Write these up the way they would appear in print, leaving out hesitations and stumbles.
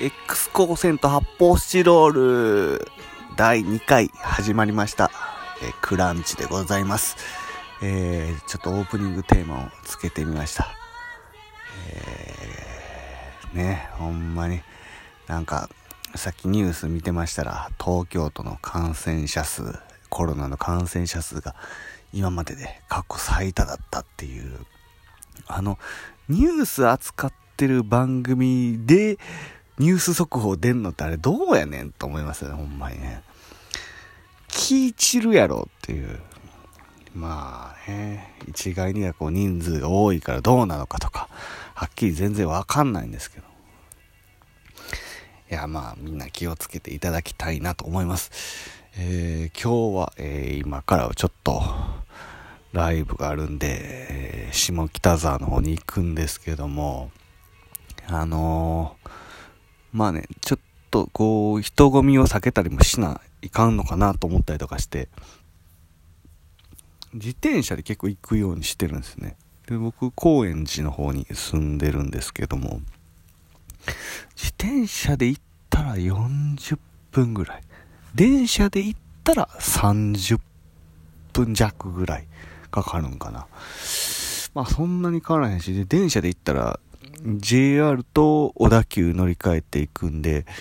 X 光線と発泡スチロール第2回始まりました。クランチでございます。ちょっとオープニングテーマをつけてみました。ほんまになんかさっきニュース見てましたら、東京都の感染者数、コロナの感染者数が今までで過去最多だったっていう、ニュース扱ってる番組でニュース速報出んのってあれどうやねんと思いますよね。ほんまにね、気い散るやろっていう。まあね、一概にはこう人数が多いからどうなのかとかはっきり全然わかんないんですけど、いやまあみんな気をつけていただきたいなと思います。今日は、今からちょっとライブがあるんで、下北沢の方に行くんですけども、まあね、ちょっとこう人混みを避けたりもしないかんのかなと思ったりとかして、自転車で結構行くようにしてるんですね。で、僕高円寺の方に住んでるんですけども、自転車で行ったら40分ぐらい、電車で行ったら30分弱ぐらいかかるんかな。まあそんなに変わらへんし、で電車で行ったら JR と小田急乗り換えていくんで、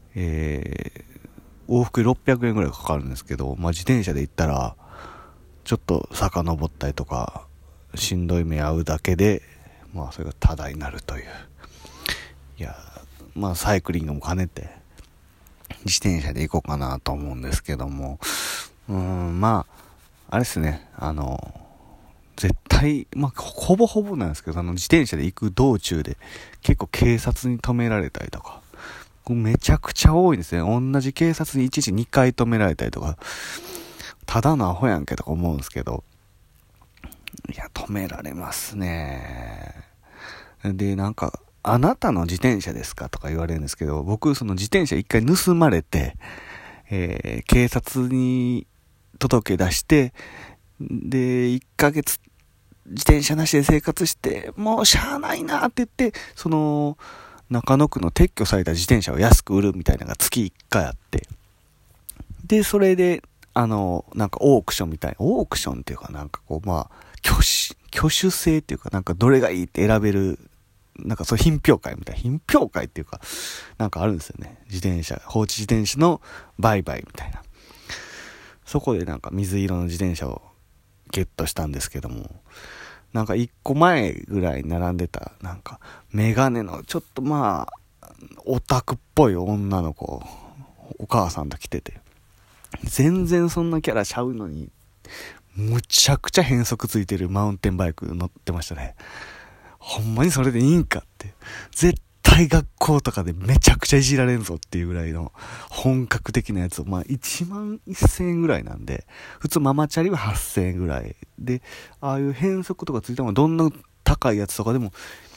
往復600円ぐらいかかるんですけど、まあ自転車で行ったらちょっと遡ったりとかしんどい目合うだけで、まあそれがタダになるという。いやまあサイクリングも兼ねて自転車で行こうかなと思うんですけども、まああれですね、絶対まあほぼほぼなんですけど、自転車で行く道中で結構警察に止められたりとか、めちゃくちゃ多いですね。同じ警察に1日2回止められたりとか、ただのアホやんけとか思うんですけど、いや止められますね。でなんか、あなたの自転車ですかとか言われるんですけど、僕その自転車一回盗まれて、警察に届け出して、で1ヶ月自転車なしで生活して、もうしゃあないなって言って、その中野区の撤去された自転車を安く売るみたいなのが月1回あって、でそれでなんかオークションみたいな、オークションっていうかなんかこう、まあ挙手制っていうか、なんかどれがいいって選べる、なんかそう品評会みたいな、品評会っていうかなんかあるんですよね。放置自転車の売買みたいな。そこでなんか水色の自転車をゲットしたんですけども、なんか一個前ぐらいに並んでたなんかメガネのちょっとまあオタクっぽい女の子、お母さんと来てて、全然そんなキャラちゃうのにむちゃくちゃ変速ついてるマウンテンバイク乗ってましたね。ほんまにそれでいいんかって、絶対学校とかでめちゃくちゃいじられんぞっていうぐらいの本格的なやつを、まあ1万1000円ぐらいなんで、普通ママチャリは8000円ぐらいで、ああいう変速とかついたのどんな高いやつとかでも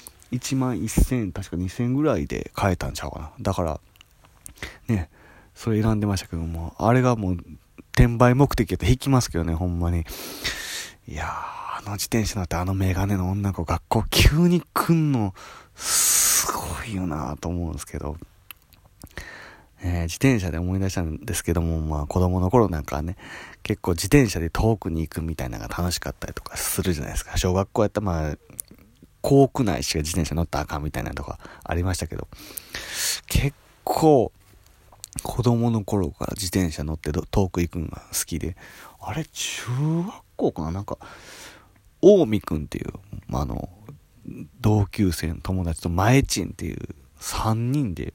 1万1000円、確か2000円ぐらいで買えたんちゃうかな。だからね、それ選んでましたけども、あれがもう転売目的やったら引きますけどね、ほんまに。いやー、自転車乗ってメガネの女の子学校急に来んのすごいよなと思うんですけど、自転車で思い出したんですけども、まあ子供の頃なんかはね、結構自転車で遠くに行くみたいなのが楽しかったりとかするじゃないですか。小学校やったらまあ校区内しか自転車乗ったらあかんみたいなとかありましたけど、結構子供の頃から自転車乗って遠く行くのが好きで、あれ中学校かな、なんか大見くんっていう、同級生の友達と前ちんっていう3人で、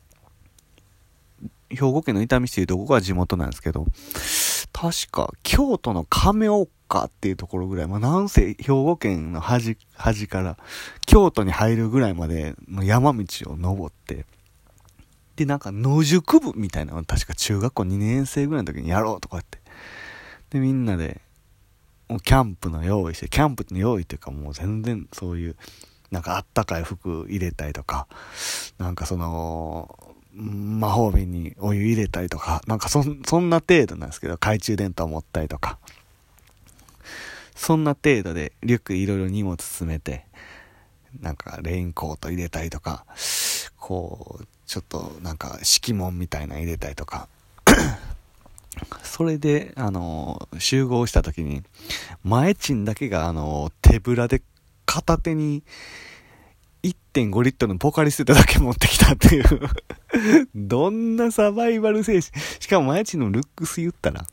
兵庫県の伊丹市というとこが地元なんですけど、確か京都の亀岡っていうところぐらい、まあなんせ兵庫県の端から京都に入るぐらいまでの山道を登って、でなんか野宿部みたいなの確か中学校2年生ぐらいの時にやろうとかって、でみんなでもうキャンプの用意っていうか、もう全然そういうなんかあったかい服入れたりとか、なんかその魔法瓶にお湯入れたりとか、なんかそんな程度なんですけど、懐中電灯持ったりとか、そんな程度でリュックいろいろ荷物詰めて、なんかレインコート入れたりとか、こうちょっとなんか敷物みたいなの入れたりとかそれで集合した時に前チンだけが手ぶらで片手に 1.5 リットルのポカリスエットだけ持ってきたっていうどんなサバイバル精神。しかも前チンのルックス言ったら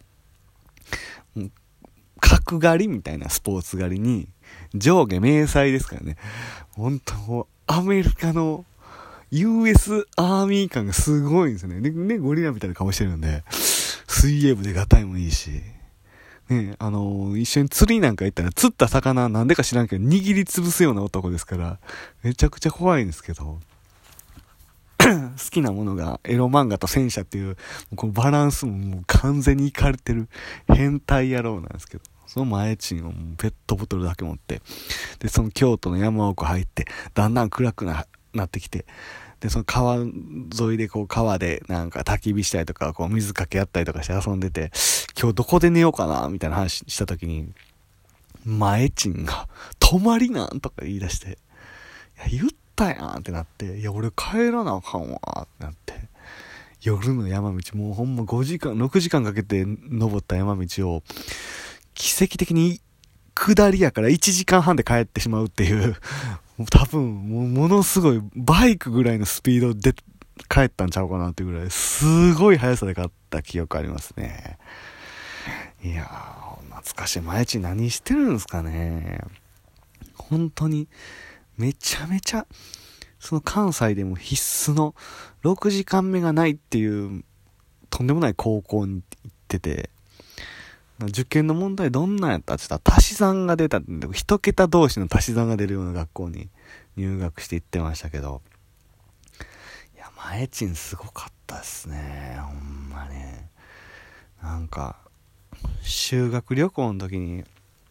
角刈りみたいなスポーツ刈りに上下迷彩ですからね。本当アメリカの US アーミー感がすごいんですよね。でね、ゴリラみたいな顔してるんで、水泳部でガタイもいいし、ね、一緒に釣りなんか行ったら釣った魚なんでか知らんけど握りつぶすような男ですから、めちゃくちゃ怖いんですけど、好きなものがエロ漫画と戦車っていう、このバランスもう完全にいかれてる変態野郎なんですけど、その前チンをペットボトルだけ持って、で、その京都の山奥入って、だんだん暗くなってきて、で、その川沿いでこう川でなんか焚き火したりとか、こう水かけ合ったりとかして遊んでて、今日どこで寝ようかなみたいな話した時に、前チンが泊まりなんとか言い出して、いや、言ったやんってなって、いや、俺帰らなあかんわってなって、夜の山道、もうほんま5時間、6時間かけて登った山道を、奇跡的に下りやから1時間半で帰ってしまうっていう、多分ものすごいバイクぐらいのスピードで帰ったんちゃうかなっていうぐらいすごい速さで帰った記憶ありますね。いやー、懐かしい。前地何してるんですかね。本当にめちゃめちゃその関西でも必須の6時間目がないっていうとんでもない高校に行ってて、受験の問題どんなんやったって言ったら足し算が出たんで、一桁同士の足し算が出るような学校に入学して行ってましたけど、いや、前チンすごかったですね。ほんまね。なんか修学旅行の時に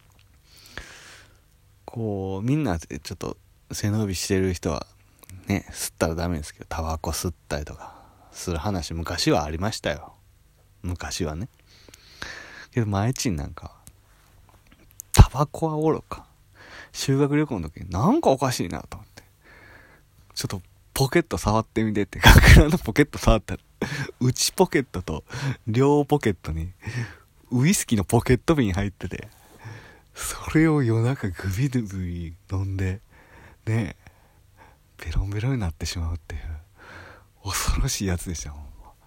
こうみんなちょっと背伸びしてる人はね、吸ったらダメですけど、タバコ吸ったりとかする話昔はありましたよ。昔はね。けど前チンなんかタバコはおろか、修学旅行の時になんかおかしいなと思って、ちょっとポケット触ってみてって学ランのポケット触ったら内ポケットと両ポケットにウイスキーのポケット瓶入ってて、それを夜中グビグビ飲んでね、ベロンベロンになってしまうっていう恐ろしいやつでした。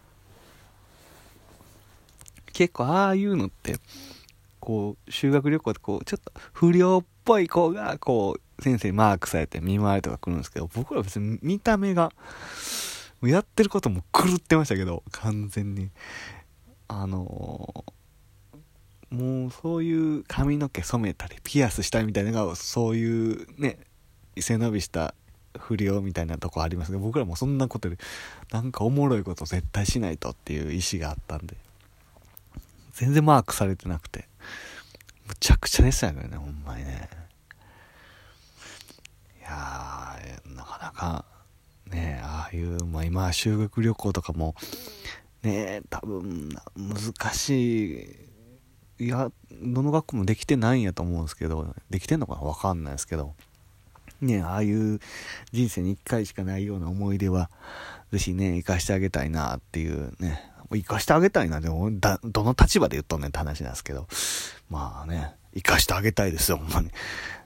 結構ああいうのってこう修学旅行でこうちょっと不良っぽい子がこう先生にマークされて見舞いとか来るんですけど、僕ら別に見た目がやってることも狂ってましたけど、完全にもうそういう髪の毛染めたりピアスしたりみたいなのがそういうね背伸びした不良みたいなとこありますけど、僕らもそんなことでなんかおもろいこと絶対しないとっていう意思があったんで全然マークされてなくてむちゃくちゃでしたよね、ほんまにね。いやー、なかなかね、ああいう、まあ今修学旅行とかもね、多分難しい、いやどの学校もできてないんやと思うんですけど、できてんのかなわかんないですけどね、ああいう人生に一回しかないような思い出はぜひね生かしてあげたいなっていうね、生かしてあげたいな、でもどの立場で言っとんねんって話なんですけど、まあね生かしてあげたいですよほんまに。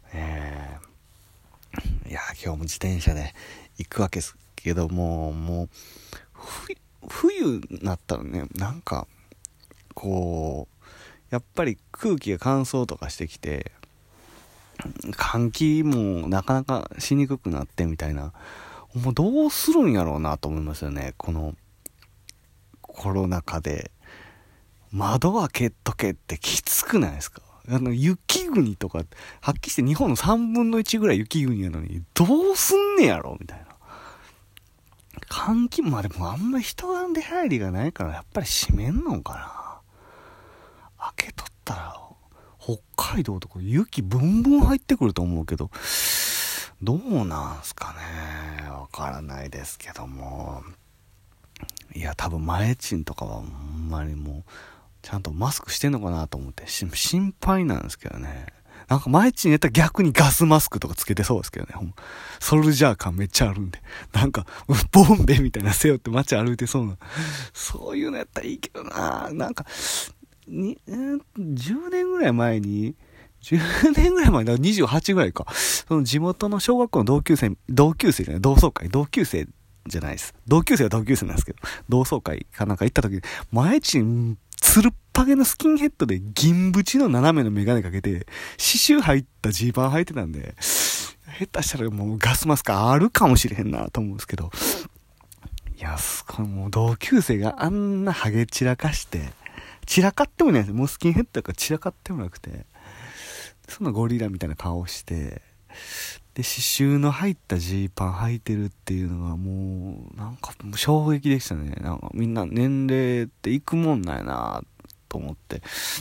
いや今日も自転車で行くわけですけどもう冬になったらね、なんかこうやっぱり空気が乾燥とかしてきて換気もなかなかしにくくなってみたいな、もうどうするんやろうなと思いますよね。このコロナ禍で窓開けとけってきつくないですか。雪国とかはっきりして日本の3分の1ぐらい雪国やのにどうすんねやろみたいな。換気もでもあんまり人が出入りがないからやっぱり閉めんのかな。開けとったら北海道とか雪ブンブン入ってくると思うけどどうなんすかね、わからないですけども、いや多分前チンとかはほんまにもうちゃんとマスクしてんのかなと思って心配なんですけどね。 なんか前ちにやったら逆にガスマスクとかつけてそうですけどね。ソルジャー感めっちゃあるんで。なんか、ボンベみたいな背負って街歩いてそうな。そういうのやったらいいけどな。なんか、10年ぐらい前に、10年ぐらい前だ、28ぐらいか。その地元の小学校の同級生じゃない、同窓会じゃないです。同級生は同級生なんですけど、同窓会かなんか行った時に、前地につるっぱげのスキンヘッドで銀縁の斜めのメガネかけて、刺繍入ったジーパン履いてたんで、下手したらもうガスマスクあるかもしれへんなと思うんですけど、いや、すごいもう同級生があんなハゲ散らかして、散らかってもないです。もうスキンヘッドだから散らかってもなくて、そんなゴリラみたいな顔して、で、刺繍の入ったジーパン履いてるっていうのがもう、なんか衝撃でしたね。なんかみんな年齢っていくもんなんやなと思って。い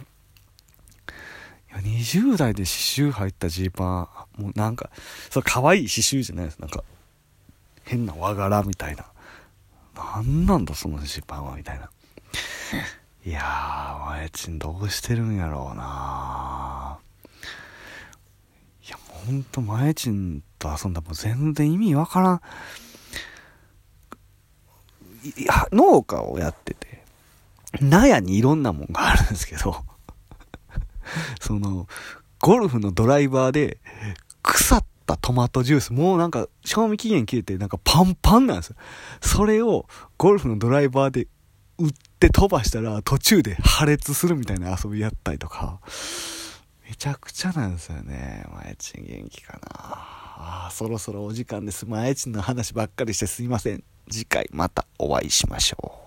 や、20代で刺繍入ったジーパン、もうなんか、それ可愛い刺繍じゃないです。なんか、変な和柄みたいな。なんなんだそのジーパンはみたいな。いやー、まえちんどうしてるんやろうな。いや、もうほんとまえちんと遊んだらもう全然意味わからん。いや、農家をやってて、納屋にいろんなもんがあるんですけど、その、ゴルフのドライバーで、腐ったトマトジュース、もうなんか、賞味期限切れてなんかパンパンなんですよ。それを、ゴルフのドライバーで打って飛ばしたら、途中で破裂するみたいな遊びやったりとか、めちゃくちゃなんですよね。まえちん元気かな。そろそろお時間です。まえちんの話ばっかりしてすいません。次回またお会いしましょう。